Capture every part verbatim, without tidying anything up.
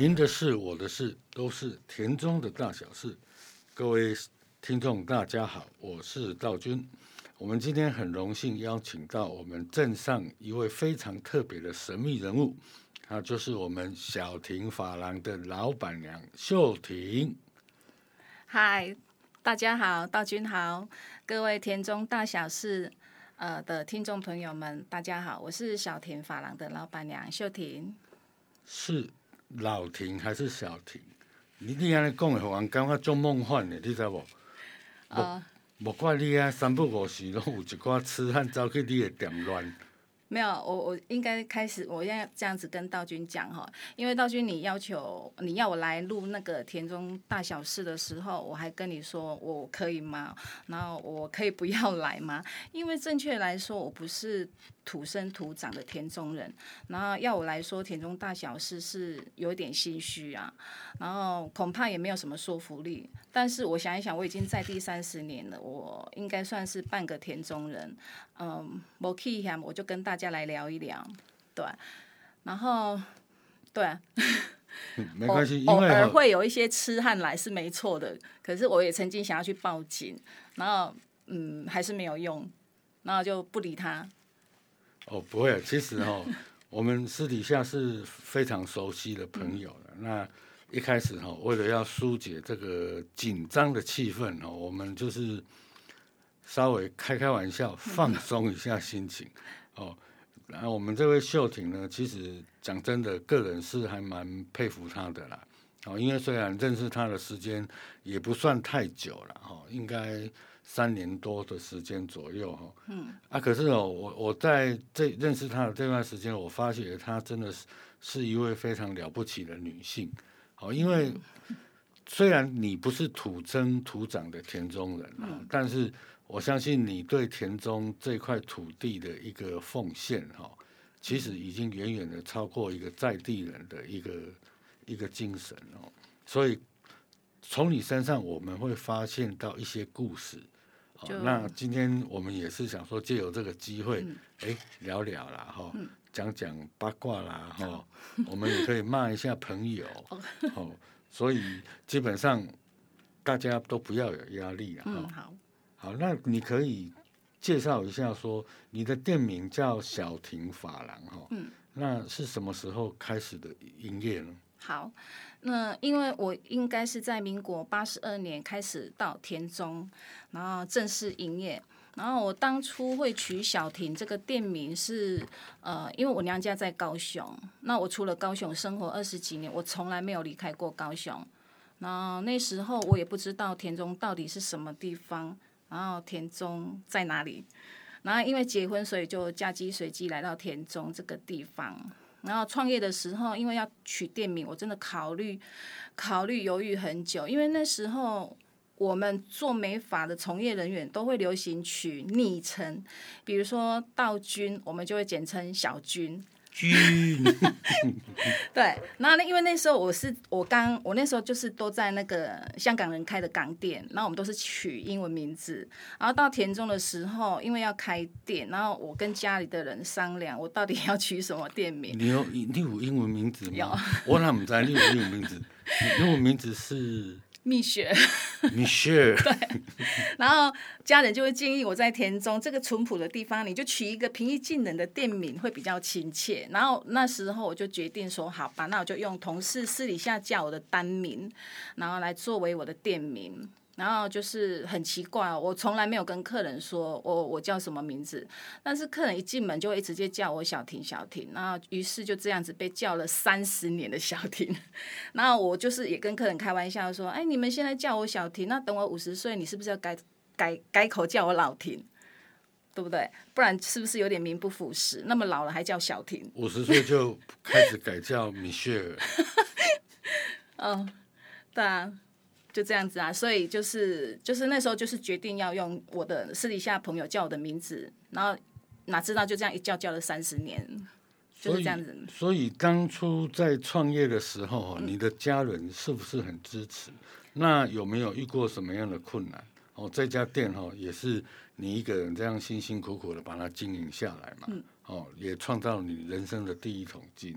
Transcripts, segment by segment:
您的事我的事都是田中的大小事。各位听众大家好，我是道君。我们今天很荣幸邀请到我们镇上一位非常特别的神秘人物，他就是我们小亭发廊的老板娘秀婷。 嗨，大家好，道君好，各位田中大小事呃的听众朋友们，大家好，我是小亭发廊的老板娘秀婷。 是老亭还是小亭？你你安尼讲的，互人感觉足梦幻的，你知无？呃，无怪你啊，三不五时拢有一寡痴汉走去你的店乱。 没有，我我应该开始，我现在这样子跟道君讲哈，因为道君你要求你要我来录那个田中大小事的时候，我还跟你说我可以吗？然后我可以不要来吗？因为正确来说，我不是土生土长的田中人，然后要我来说田中大小事是有点心虚啊，然后恐怕也没有什么说服力。但是我想一想，我已经在第三十年了，我应该算是半个田中人。嗯，没去遐，我就跟大家来聊一聊，对，然后对， 嗯、没关系， 偶尔会有一些痴汉来是没错的，可是我也曾经想要去报警，然后嗯还是没有用，然后就不理他。 哦，不会，其实哦，我们私底下是非常熟悉的朋友了。嗯、那一开始哈、哦，为了要疏解这个紧张的气氛哦，我们就是稍微开开玩笑，放松一下心情哦。然后我们这位秀婷呢，其实讲真的，个人是还蛮佩服她的啦。哦，因为虽然认识她的时间也不算太久了哈、哦，应该三年多的时间左右哈。嗯。啊，可是哦，我我在这认识她的这段时间，我发现她真的是是一位非常了不起的女性。哦，因为虽然你不是土生土长的田中人啊，嗯、但是我相信你对田中这块土地的一个奉献哈，其实已经远远的超过一个在地人的一个一个精神哦。所以从你身上我们会发现到一些故事。哦、那今天我们也是想说借由这个机会，哎、嗯，聊聊啦哈，嗯、讲讲八卦啦哈，我们也可以骂一下朋友哦。所以基本上大家都不要有压力啊。 嗯，好。 好，那你可以介绍一下说你的店名叫小亭发廊哈，嗯，那是什么时候开始的营业呢？ 好，那因为我应该是在民国八十二年开始到田中，然后正式营业。然后我当初会取小亭这个店名是，呃，因为我娘家在高雄，那我除了高雄生活二十几年，我从来没有离开过高雄。然后那时候我也不知道田中到底是什么地方。然后田中在哪里？然后因为结婚，所以就嫁鸡随鸡来到田中这个地方。然后创业的时候，因为要取店名，我真的考虑、考虑、犹豫很久。因为那时候我们做美发的从业人员都会流行取昵称，比如说道君，我们就会简称小君。 君， 对，然后呢，因为那时候我是我刚我那时候就是都在那个香港人开的港店，然后我们都是取英文名字，然后到田中的时候，因为要开店，然后我跟家里的人商量，我到底要取什么店名。 你有你有英文名字吗？有，我哪不知道你有英文名字？英文名字是。 蜜雪， 蜜雪， 对，然后家人就会建议我在田中这个淳朴的地方，你就取一个平易近人的店名会比较亲切。然后那时候我就决定说，好吧，那我就用同事私底下叫我的单名，然后来作为我的店名。然后就是很奇怪哦，我从来没有跟客人说我我叫什么名字，但是客人一进门就会直接叫我小婷小婷，然后于是就这样子被叫了三十年的小婷。然后我就是也跟客人开玩笑说，哎，你们现在叫我小婷，那等我五十岁，你是不是要改改改口叫我老婷？对不对？不然是不是有点名不符实？那么老了还叫小婷？ 五十岁就开始改叫米歇尔。 嗯，对啊。就这样子啊，所以就是就是那时候就是决定要用我的私底下朋友叫我的名字，然后哪知道就这样一叫叫了三十年，就是这样子。 所以，所以当初在创业的时候，嗯、你的家人是不是很支持？那有没有遇过什么样的困难？哦，这家店哈也是你一个人这样辛辛苦苦的把它经营下来嘛，嗯、哦，也创造你人生的第一桶金。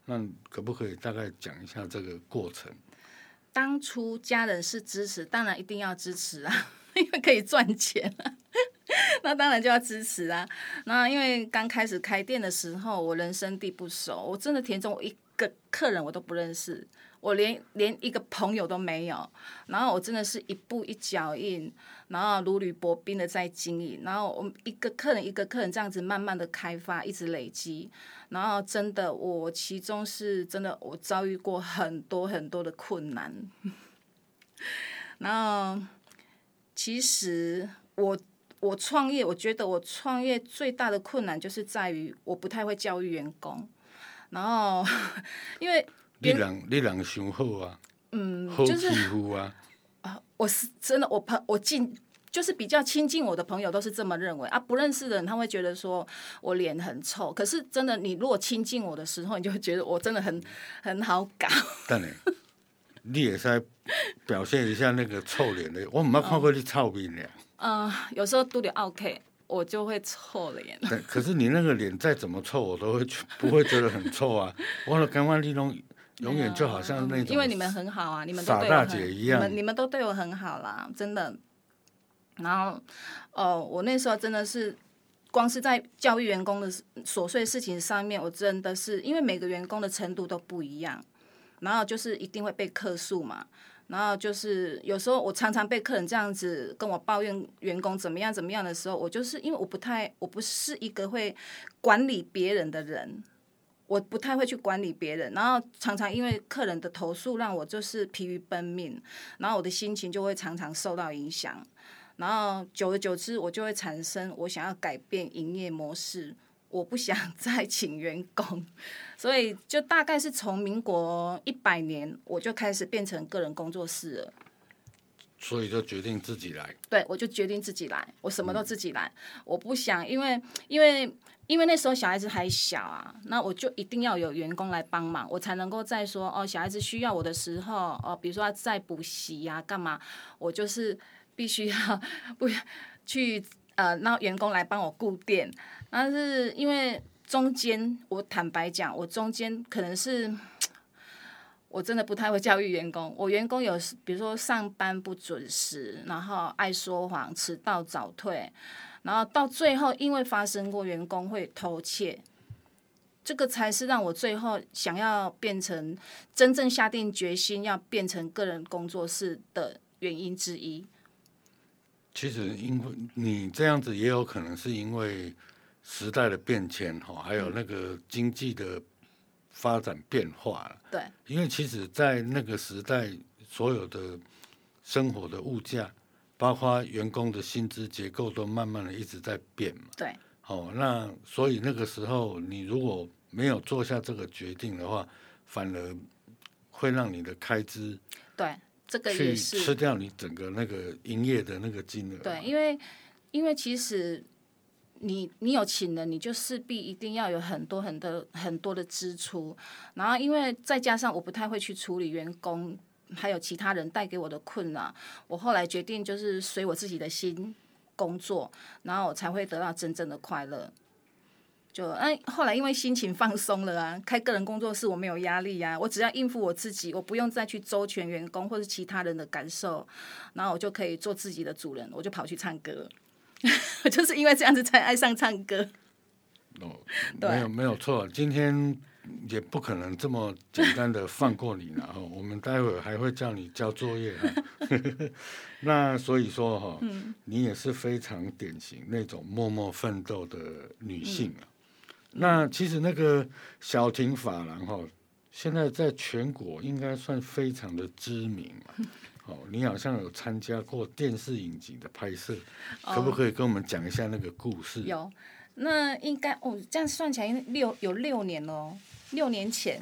那可不可以大概讲一下这个过程？ 当初家人是支持，当然一定要支持啊，因为可以赚钱啊，那当然就要支持啊。那因为刚开始开店的时候，我人生地不熟，我真的田中我一个客人我都不认识，我连连一个朋友都没有。然后我真的是一步一脚印，然后如履薄冰的在经营，然后我们一个客人一个客人这样子慢慢的开发，一直累积。然后真的，我其中是真的，我遭遇过很多很多的困难。然后，其实我我创业，我觉得我创业最大的困难就是在于我不太会教育员工。然后，因为你人你人想好啊， 嗯， 好就是欺负啊。 啊，我是真的，我朋我进。就是比较亲近我的朋友都是这么认为啊，不认识的人他会觉得说我脸很臭，可是真的你如果亲近我的时候，你就会觉得我真的很很好搞。 等下，你也是表现一下那个臭脸的，我没看过你臭面脸。 嗯、呃，有时候都得 OK， 我就会臭脸。 可是你那个脸再怎么臭，我都会不会觉得很臭啊。我感觉你拢永远就好像那种、嗯， 因为你们很好啊，你们都对我傻大姐一样， 你们你们都对我很好啦，真的。然后，呃，我那时候真的是，光是在教育员工的琐碎事情上面，我真的是因为每个员工的程度都不一样，然后就是一定会被客诉嘛。然后就是有时候我常常被客人这样子跟我抱怨员工怎么样怎么样的时候，我就是因为我不太，我不是一个会管理别人的人。我不太会去管理别人，然后常常因为客人的投诉让我就是疲于奔命，然后我的心情就会常常受到影响。然后久而久之，我就会产生我想要改变营业模式，我不想再请员工，所以就大概是从民国一百年，我就开始变成个人工作室了。 所以就决定自己来。 对，我就决定自己来，我什么都自己来，嗯、我不想因为因为因为那时候小孩子还小啊，那我就一定要有员工来帮忙，我才能够在说哦，小孩子需要我的时候，哦，比如说他在补习呀、啊，干嘛，我就是必须要不去呃让员工来帮我顾店。但是因为中间，我坦白讲，我中间可能是。我真的不太会教育员工，我员工有比如说上班不准时，然后爱说谎、迟到早退，然后到最后因为发生过员工会偷窃，这个才是让我最后想要变成真正下定决心要变成个人工作室的原因之一。 其实因为你这样子也有可能是因为时代的变迁，还有那个经济的发展变化了。 对， 因为其实，在那个时代，所有的生活的物价，包括员工的薪资结构，都慢慢的一直在变嘛。 对。 哦，那所以那个时候，你如果没有做下这个决定的话，反而会让你的开支对这个也是去吃掉你整个那个营业的那个金额。 对，因为因为其实。你你有请人，你就势必一定要有很多很多很多的支出，然后因为再加上我不太会去处理员工还有其他人带给我的困扰，我后来决定就是随我自己的心工作，然后我才会得到真正的快乐。就哎，后来因为心情放松了啊，开个人工作室我没有压力啊，我只要应付我自己，我不用再去周全员工或是其他人的感受，然后我就可以做自己的主人，我就跑去唱歌。就是因为这样子才爱上唱歌。 哦，没有没有错，今天也不可能这么简单的放过你了哦。我们待会儿还会叫你交作业哈。那所以说哈、嗯，你也是非常典型那种默默奋斗的女性啊。嗯、那其实那个小婷发廊哈，现在在全国应该算非常的知名嘛。哦，你好像有参加过电视影集的拍摄，哦、可不可以跟我们讲一下那个故事？ 有，那应该哦，这样算起来六有六年了哦，六年前。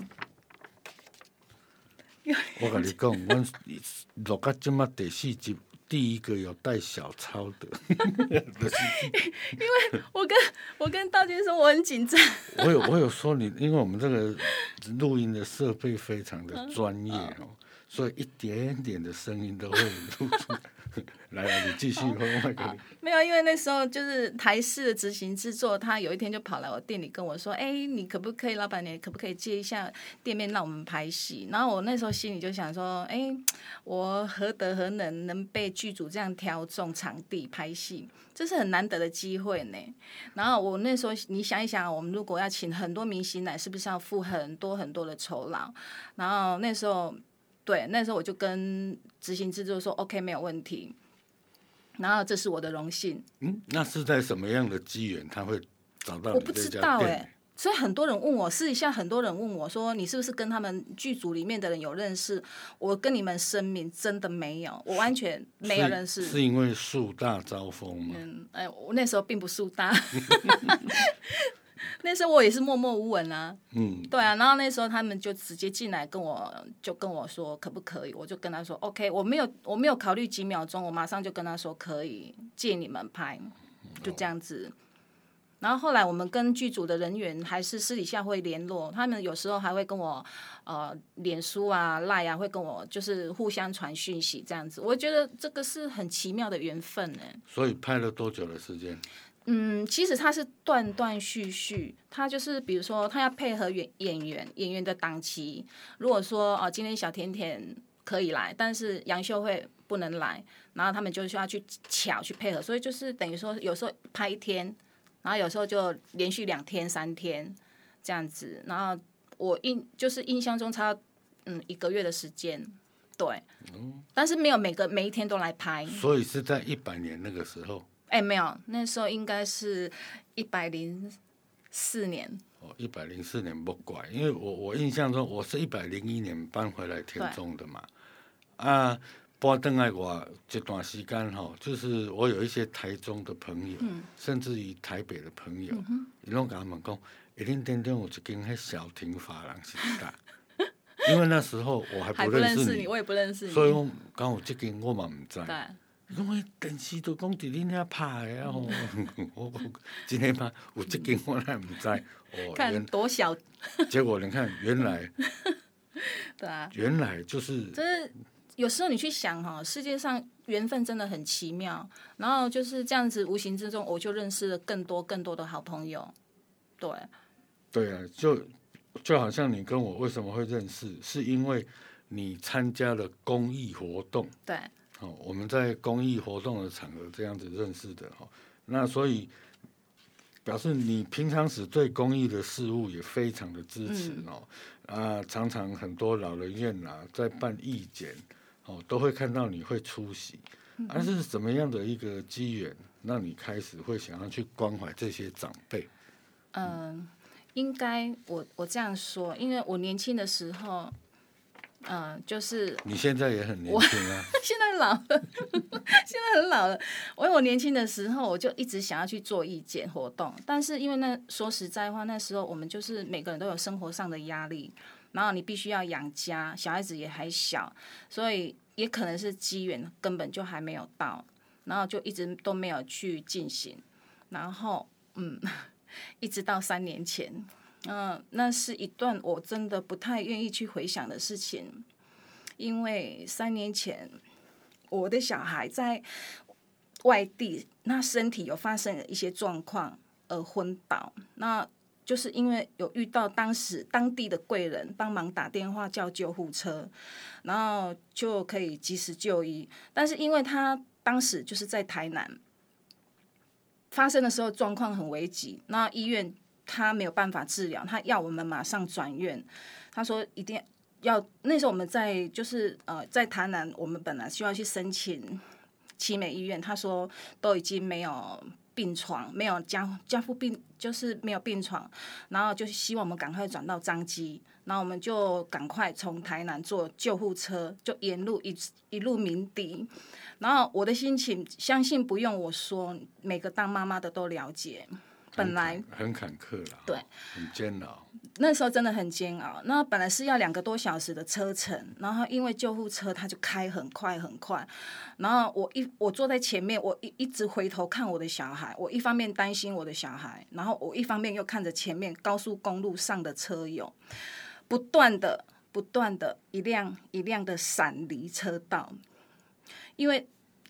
我跟你讲，我录到这么第四集，第一个有带小抄的。因为我跟我跟道娟说我很紧张。 我有我有说你，因为我们这个录音的设备非常的专业哦。嗯所以一点点的声音都会录出来。 来来，你继续，我卖给你。 没有，因为那时候就是台视的执行制作，他有一天就跑来我店里跟我说：“哎，你可不可以，老板娘可不可以借一下店面让我们拍戏？”然后我那时候心里就想说：“哎，我何德何能能被剧组这样挑中场地拍戏？这是很难得的机会呢。”然后我那时候你想一想，我们如果要请很多明星来，是不是要付很多很多的酬劳？然后那时候。对，那时候我就跟执行制作说 ，OK， 没有问题。然后这是我的荣幸。 嗯，那是在什么样的机缘他会找到你这家店？ 我不知道哎、欸，所以很多人问我，私底下很多人问我说，你是不是跟他们剧组里面的人有认识？我跟你们声明，真的没有，我完全没有认识。 是, 是因为树大招风吗？ 嗯，哎，我那时候并不树大。那时候我也是默默无闻啊，嗯，对啊，然后那时候他们就直接进来跟我，就跟我说可不可以，我就跟他说 OK， 我没有我没有考虑几秒钟，我马上就跟他说可以借你们拍，就这样子。然后后来我们跟剧组的人员还是私底下会联络，他们有时候还会跟我呃脸书啊、赖啊，会跟我就是互相传讯息这样子。我觉得这个是很奇妙的缘分呢。 所以拍了多久的时间？ 嗯，其实他是断断续续，他就是比如说他要配合演演员演员的档期，如果说哦今天小甜甜可以来，但是杨秀慧不能来，然后他们就需要去巧去配合，所以就是等于说有时候拍一天，然后有时候就连续两天三天这样子，然后我印就是印象中差嗯一个月的时间，对，嗯，但是没有每个每一天都来拍， 所以是在一百年那个时候。 哎，没有，那时候应该是一百零四年。 哦，一百零四年不怪，因为我我印象中我是一百零一年搬回来田中的嘛，啊，搬回来我这段时间哈，就是我有一些台中的朋友，嗯、甚至于台北的朋友，伊拢跟他们讲，一定店店有一间迄小亭发廊是大，因为那时候我还不认识 你, 识你，我也不认识你， 所以我讲有这间我嘛唔知。 对。 因为电视都讲伫恁遐拍的啊，我今天拍有这间我哪唔知哦， 看多小， 结果你看原来， 对啊， 原来就是， 就是有时候你去想哈，世界上缘分真的很奇妙，然后就是这样子，无形之中我就认识了更多更多的好朋友，对， 对啊，就就好像你跟我为什么会认识，是因为你参加了公益活动， 对。 哦，我们在公益活动的场合这样子认识的哈，那所以表示你平常时对公益的事物也非常的支持哦，嗯、啊，常常很多老人院啊在办义检哦，都会看到你会出席，而、啊、是怎么样的一个机缘，让你开始会想要去关怀这些长辈？ 嗯、呃，应该我我这样说，因为我年轻的时候。嗯、呃，就是你现在也很年轻啊， 现在老了，现在很老了。我我年轻的时候，我就一直想要去做义检活动，但是因为那说实在话，那时候我们就是每个人都有生活上的压力，然后你必须要养家，小孩子也还小，所以也可能是机缘根本就还没有到，然后就一直都没有去进行，然后嗯，一直到三年前。嗯，那是一段我真的不太愿意去回想的事情，因为三年前我的小孩在外地，那身体有发生了一些状况而昏倒，那就是因为有遇到当时当地的贵人帮忙打电话叫救护车，然后就可以及时就医，但是因为他当时就是在台南发生的时候状况很危急，那医院他没有办法治疗，他要我们马上转院。他说一定要，那时候我们在就是呃在台南，我们本来需要去申请奇美医院，他说都已经没有病床，没有加加护病，就是没有病床，然后就希望我们赶快转到彰基，然后我们就赶快从台南坐救护车，就沿路一一路鸣笛。然后我的心情，相信不用我说，每个当妈妈的都了解。本来很坎坷啦， 对， 很煎熬。 那时候真的很煎熬。那本来是要两个多小时的车程，然后因为救护车它就开很快很快，然后我一我坐在前面，我一一直回头看我的小孩，我一方面担心我的小孩，然后我一方面又看着前面高速公路上的车友，不断的不断的一辆一辆的闪离车道，因为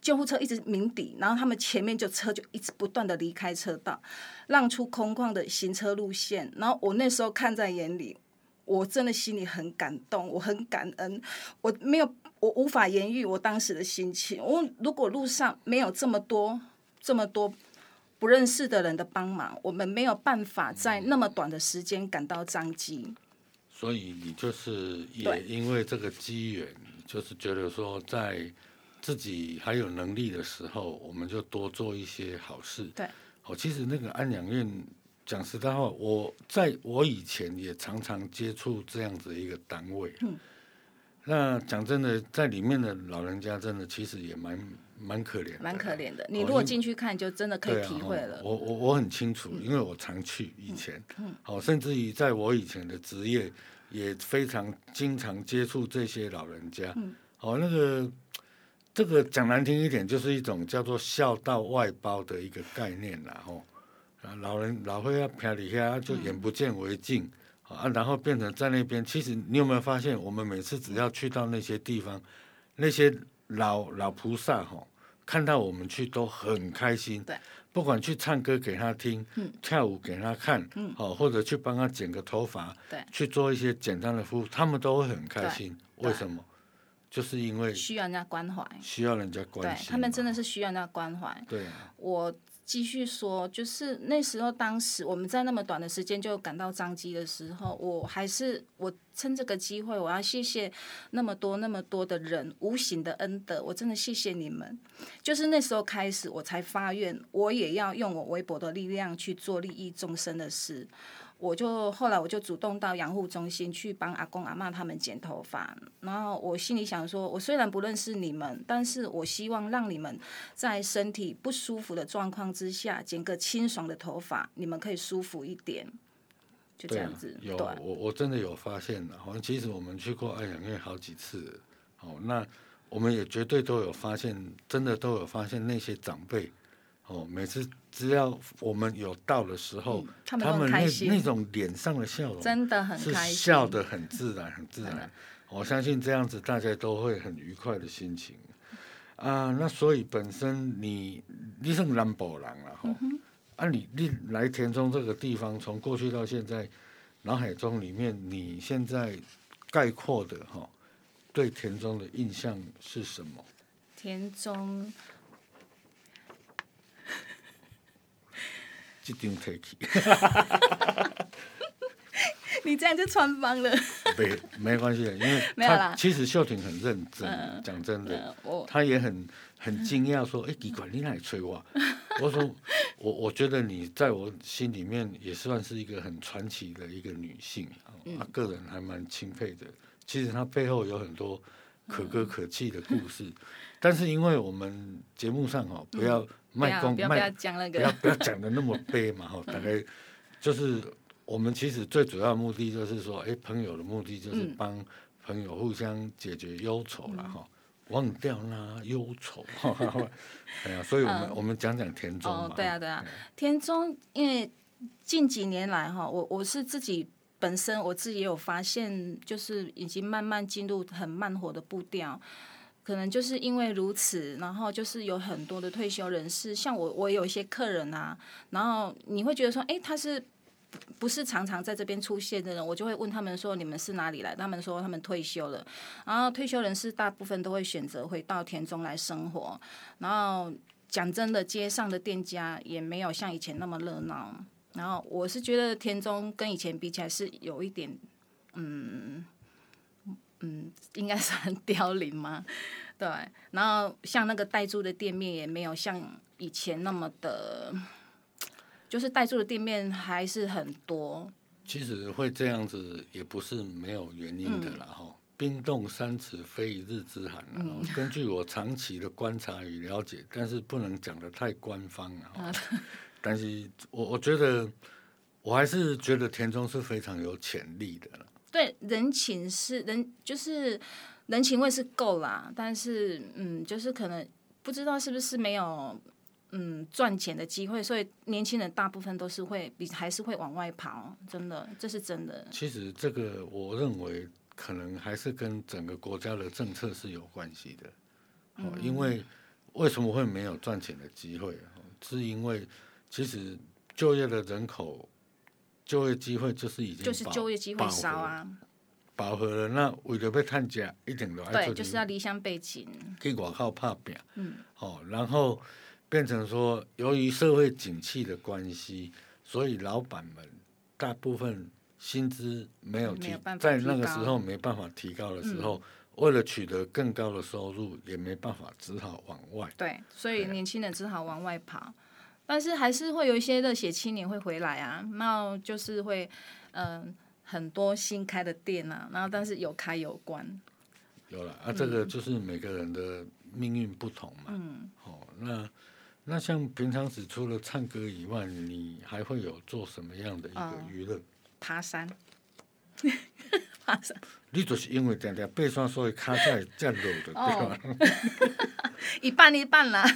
救护车一直鸣笛，然后他们前面就车就一直不断的离开车道，让出空旷的行车路线。然后我那时候看在眼里，我真的心里很感动，我很感恩，我没有，我无法言喻我当时的心情。我如果路上没有这么多这么多不认识的人的帮忙，我们没有办法在那么短的时间赶到彰基。 所以你就是也因为这个机缘，就是觉得说在自己还有能力的时候，我们就多做一些好事。 对， 哦，其实那个安养院，讲实在话，我在我以前也常常接触这样子一个单位。嗯，那讲真的，在里面的老人家真的其实也蛮蛮可怜的， 蛮可怜的。你如果进去看，就真的可以体会了。 啊哦、我我我很清楚，因为我常去以前，嗯，好、哦，甚至于在我以前的职业也非常经常接触这些老人家。嗯，哦，那个。这个讲难听一点，就是一种叫做孝道外包的一个概念啦，吼，啊，老人老会要偏底下就眼不见为净，嗯、啊，然后变成在那边。其实你有没有发现，我们每次只要去到那些地方，那些老老菩萨吼，看到我们去都很开心， 对， 不管去唱歌给他听，嗯、跳舞给他看，嗯、哦，或者去帮他剪个头发， 对， 去做一些简单的服务，他们都会很开心。为什么？就是因为需要人家关怀， 需要人家关心， 对，他们真的是需要人家关怀。 对、啊， 我继续说，就是那时候，当时我们在那么短的时间就赶到彰基的时候，我还是我趁这个机会，我要谢谢那么多那么多的人无形的恩德，我真的谢谢你们。就是那时候开始，我才发愿，我也要用我微薄的力量去做利益众生的事。我就后来我就主动到养护中心去帮阿公阿嬷他们剪头发，然后我心里想说，我虽然不认识你们，但是我希望让你们在身体不舒服的状况之下剪个清爽的头发，你们可以舒服一点，就这样子。 对啊、有我我真的有发现的，好像其实我们去过安养院好几次，哦，那我们也绝对都有发现，真的都有发现那些长辈。哦，每次只要我们有到的时候，嗯、 他们他们那那种脸上的笑容真的很开心， 是笑得很自然，很自然。我相信这样子大家都会很愉快的心情啊。那所以本身你你是南部人啦，吼、嗯，啊你你来田中这个地方，从过去到现在，脑海中里面你现在概括的哈，对田中的印象是什么？ 田中。 这张提起， 你这样就穿帮了。 没没关系，因为他其实秀婷很认真，讲、嗯、真的，嗯、他也很很惊讶说：“哎、欸，奇怪，你哪里催我？”我说：“我我觉得你在我心里面也算是一个很传奇的一个女性，嗯、啊，个人还蛮钦佩的。其实她背后有很多可歌可泣的故事，嗯、但是因为我们节目上哦，不要。”卖公不要不要讲那个， 不要不要讲的那么悲嘛哈，大概就是我们其实最主要的目的就是说，哎，朋友的目的就是帮朋友互相解决忧愁啦哈，忘掉那忧愁，哎呀，所以我们、嗯、我们讲讲田中嘛、 哦，对啊对啊，田中因为近几年来哈，我我是自己本身我自己也有发现，就是已经慢慢进入很慢活的步调。可能就是因为如此，然后就是有很多的退休人士，像我，我有一些客人啊，然后你会觉得说，哎，他是不是常常在这边出现的人？我就会问他们说，你们是哪里来？他们说他们退休了，然后退休人士大部分都会选择回到田中来生活，然后讲真的，街上的店家也没有像以前那么热闹，然后我是觉得田中跟以前比起来是有一点，嗯。嗯，应该算凋零吗？对，然后像那个代租的店面也没有像以前那么的，就是代租的店面还是很多。 其实会这样子也不是没有原因的啦，哈、嗯。冰冻三尺非一日之寒、嗯、根据我长期的观察与了解，但是不能讲得太官方啊。但是我我觉得，我还是觉得田中是非常有潜力的了。 对，人情是人，就是人情味是够啦，但是嗯，就是可能不知道是不是没有嗯赚钱的机会，所以年轻人大部分都是会比还是会往外跑，真的，这是真的。 其实这个我认为可能还是跟整个国家的政策是有关系的，哦，因为为什么会没有赚钱的机会？是因为其实就业的人口，就业机会就是已经就是就业机会少啊， 饱和了。那为了要赚钱，一定都要对，就是要离乡背井， 去外口打拼。 嗯， 哦，然后变成说，由于社会景气的关系，所以老板们大部分薪资没有提，在那个时候没办法提高的时候。嗯，为了取得更高的收入，也没办法，只好往外。 对，所以年轻人只好往外跑，但是还是会有一些热血青年会回来啊。那就是会，嗯、呃，很多新开的店啊，然后但是有开有关。 有了啊，这个就是每个人的命运不同嘛。嗯。哦，那那像平常时除了唱歌以外，你还会有做什么样的一个娱乐？ 嗯，爬山。爬山。 你就是因为常常爬山，所以脚才会这样落的，对吧？ 哦，一半一半啦。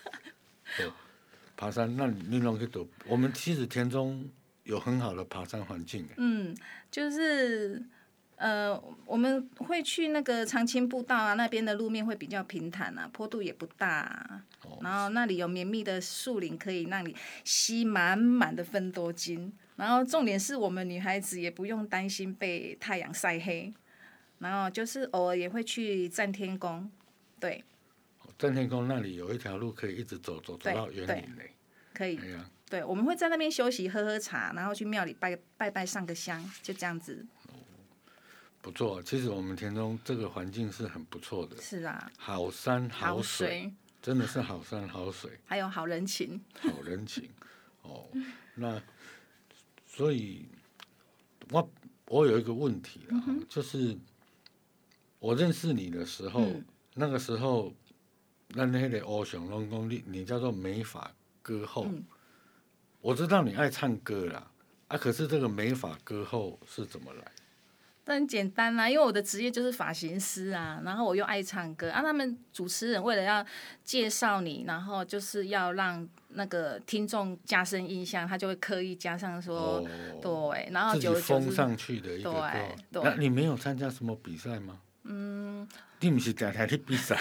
爬山，那你弄去走？我们其实田中有很好的爬山环境。 嗯，就是呃，我们会去那个长青步道啊，那边的路面会比较平坦啊，坡度也不大啊。哦，然后那里有绵密的树林，可以让你吸满满的芬多精。然后重点是我们女孩子也不用担心被太阳晒黑。然后就是偶尔也会去占天宫，对。 占天宫那里有一条路可以一直走走走到园林嘞， 可以。哎，对，我们会在那边休息喝喝茶，然后去庙里拜拜拜上个香，就这样子。 哦，不错，其实我们田中这个环境是很不错的。 是啊。 好山好水，好水真的是好山好水。 还有好人情。 好人情，哦，那所以我我有一个问题啊，嗯，就是我认识你的时候，嗯，那个时候。咱迄个欧雄拢讲你，你叫做美发歌后。嗯，我知道你爱唱歌啦，啊，可是这个美发歌后是怎么来？ 这很简单啦，因为我的职业就是发型师啊，然后我又爱唱歌啊。他们主持人为了要介绍你，然后就是要让那个听众加深印象，他就会刻意加上说，哦，对，然后就自己封上去的一个歌。对，那你没有参加什么比赛吗？嗯。你不是常常去比赛？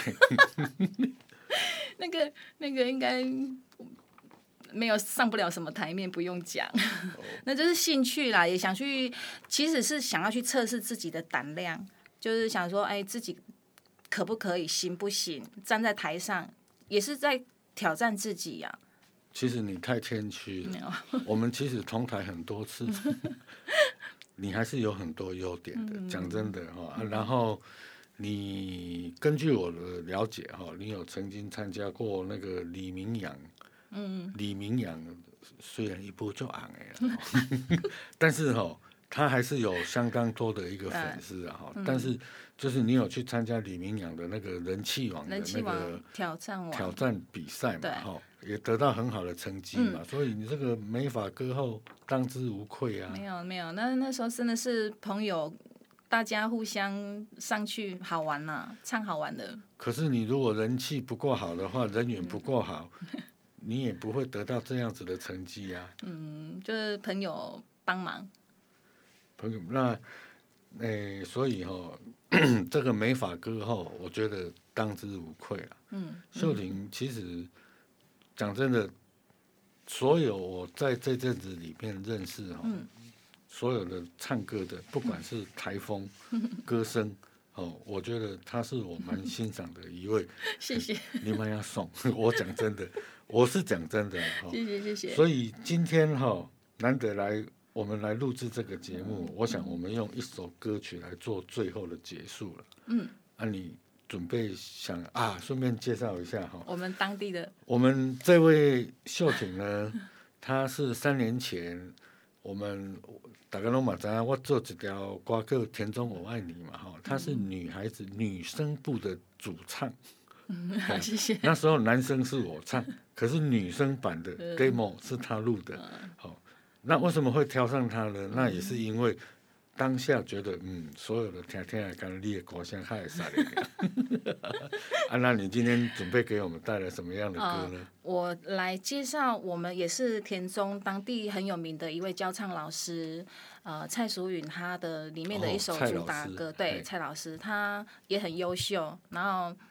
那个那个应该没有上不了什么台面，不用讲。哦，那就是兴趣啦，也想去，其实是想要去测试自己的胆量，就是想说，哎，自己可不可以，行不行？站在台上也是在挑战自己呀，啊。 其实你太谦虚了。我们其实同台很多次，你还是有很多优点的。讲，嗯，真的哈，啊，然后。你根据我的了解哈，你有曾经参加过那个李明阳，嗯，李明阳虽然一部就红的，但是哈，他还是有相当多的一个粉丝啊哈，嗯，但是就是你有去参加李明阳的那个人气王的那个挑战王挑战比赛嘛哈，也得到很好的成绩嘛，嗯，所以你这个美发歌后当之无愧啊。 没有没有，那那时候真的是朋友。大家互相上去好玩啦，啊，唱好玩的。 可是你如果人气不够好的话，人缘不够好，嗯，你也不会得到这样子的成绩啊。 嗯，就是朋友帮忙。 朋友，那，诶，欸，所以哈，哦，这个美发歌后，我觉得当之无愧了。嗯，秀婷其实讲真的，所有我在这阵子里面认识哈。嗯，所有的唱歌的，不管是台风、歌声，哦，我觉得他是我蛮欣赏的一位。 谢谢。 你们要送，我讲真的，我是讲真的。 哦，谢谢谢谢。 所以今天哈，哦，难得来，我们来录制这个节目，嗯，我想我们用一首歌曲来做最后的结束了。嗯。啊，你准备想啊，顺便介绍一下哈，哦， 我们当地的。 我们这位秀婷呢，她是三年前我们。大家都嘛知道，我做一条歌叫《田中我爱你》嘛，哈，她是女孩子女生部的主唱。 嗯，好，谢谢。 那时候男生是我唱，可是女生版的 demo 是她录的。好，那为什么会挑上她呢？那也是因为当下觉得，嗯，所有的听听来讲，你的歌声太闪亮。啊，那你今天准备给我们带来什么样的歌呢？ 呃、我来介绍，我们也是田中当地很有名的一位教唱老师，呃，蔡淑允，他的里面的一首主打歌，哦，对，蔡老师他也很优秀，然后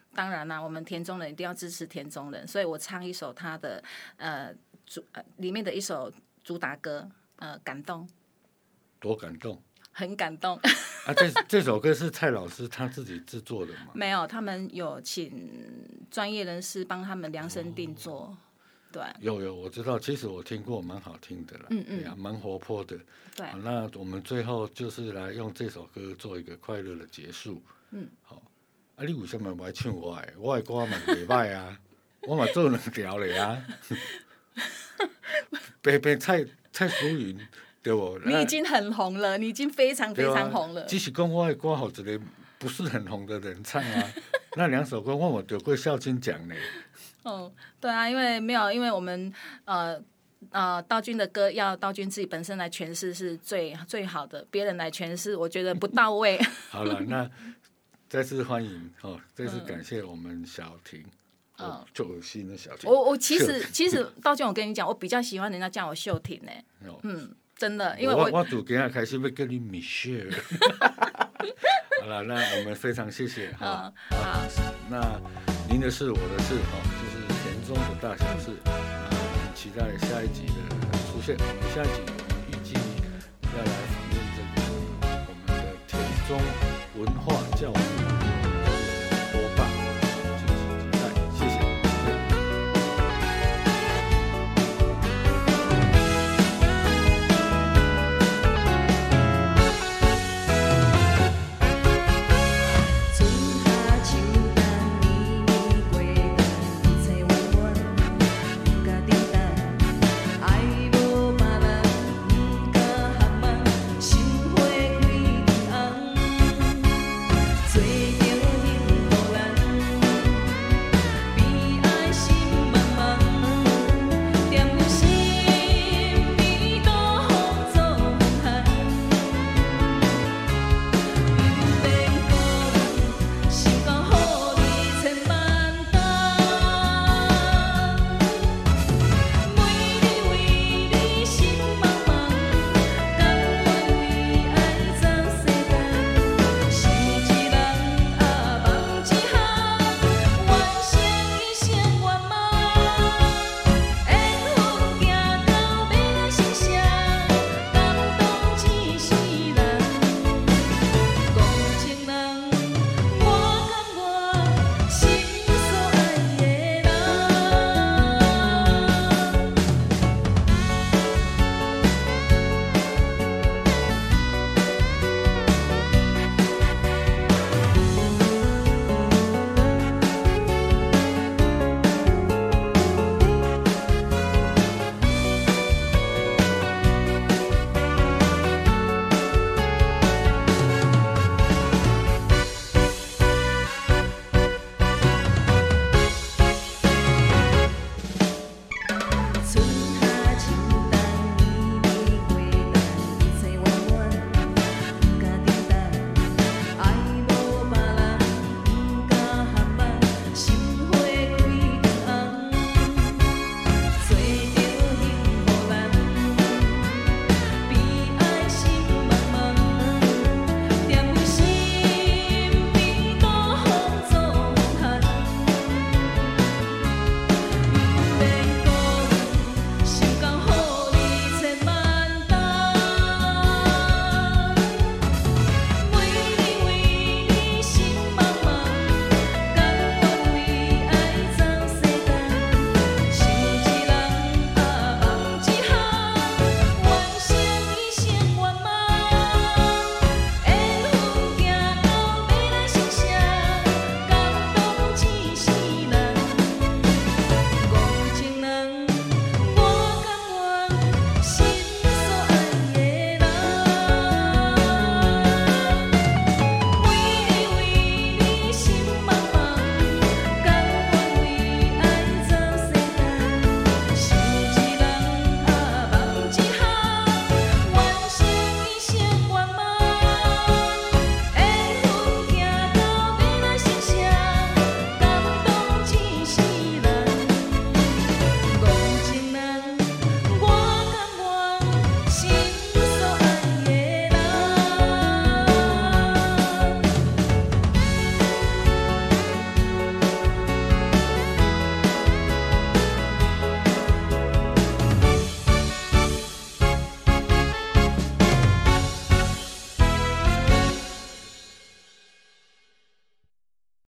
当然啦，我们田中人一定要支持田中人，所以我唱一首他的呃主呃里面的一首主打歌，呃，感动， 多感动， 很感动。 啊，这这首歌是蔡老师他自己制作的吗？ 没有，他们有请专业人士帮他们量身定做。哦，对， 有有，我知道，其实我听过，蛮好听的啦，嗯嗯，对啊，蛮活泼的。 对， 好，那我们最后就是来用这首歌做一个快乐的结束。嗯，好，啊，你为什么不爱唱我的？我的歌嘛袂歹啊，我嘛做两条嘞啊。白白蔡蔡淑芸，对不？ 你已经很红了，你已经非常非常红了。 只是讲我的歌好一个不是很红的人唱啊，那两首歌我有得过孝金奖呢。 哦，对啊，因为没有，因为我们呃呃道君的歌要道君自己本身来诠释是最最好的，别人来诠释我觉得不到位。 好了，那再次欢迎哦，再次感谢我们小婷。嗯、哦，就恶心的小婷。 我我其实其实道君，我跟你讲，我比较喜欢人家叫我秀婷呢。哦、嗯，真的，因为我我从今天开始要跟你米雪。好了，那我们非常谢谢哈。好，好，那您的事，我的事，哈，就是田中的大小事。啊，期待下一集的出现。下一集我们预计要来访问这个我们的田中文化教育。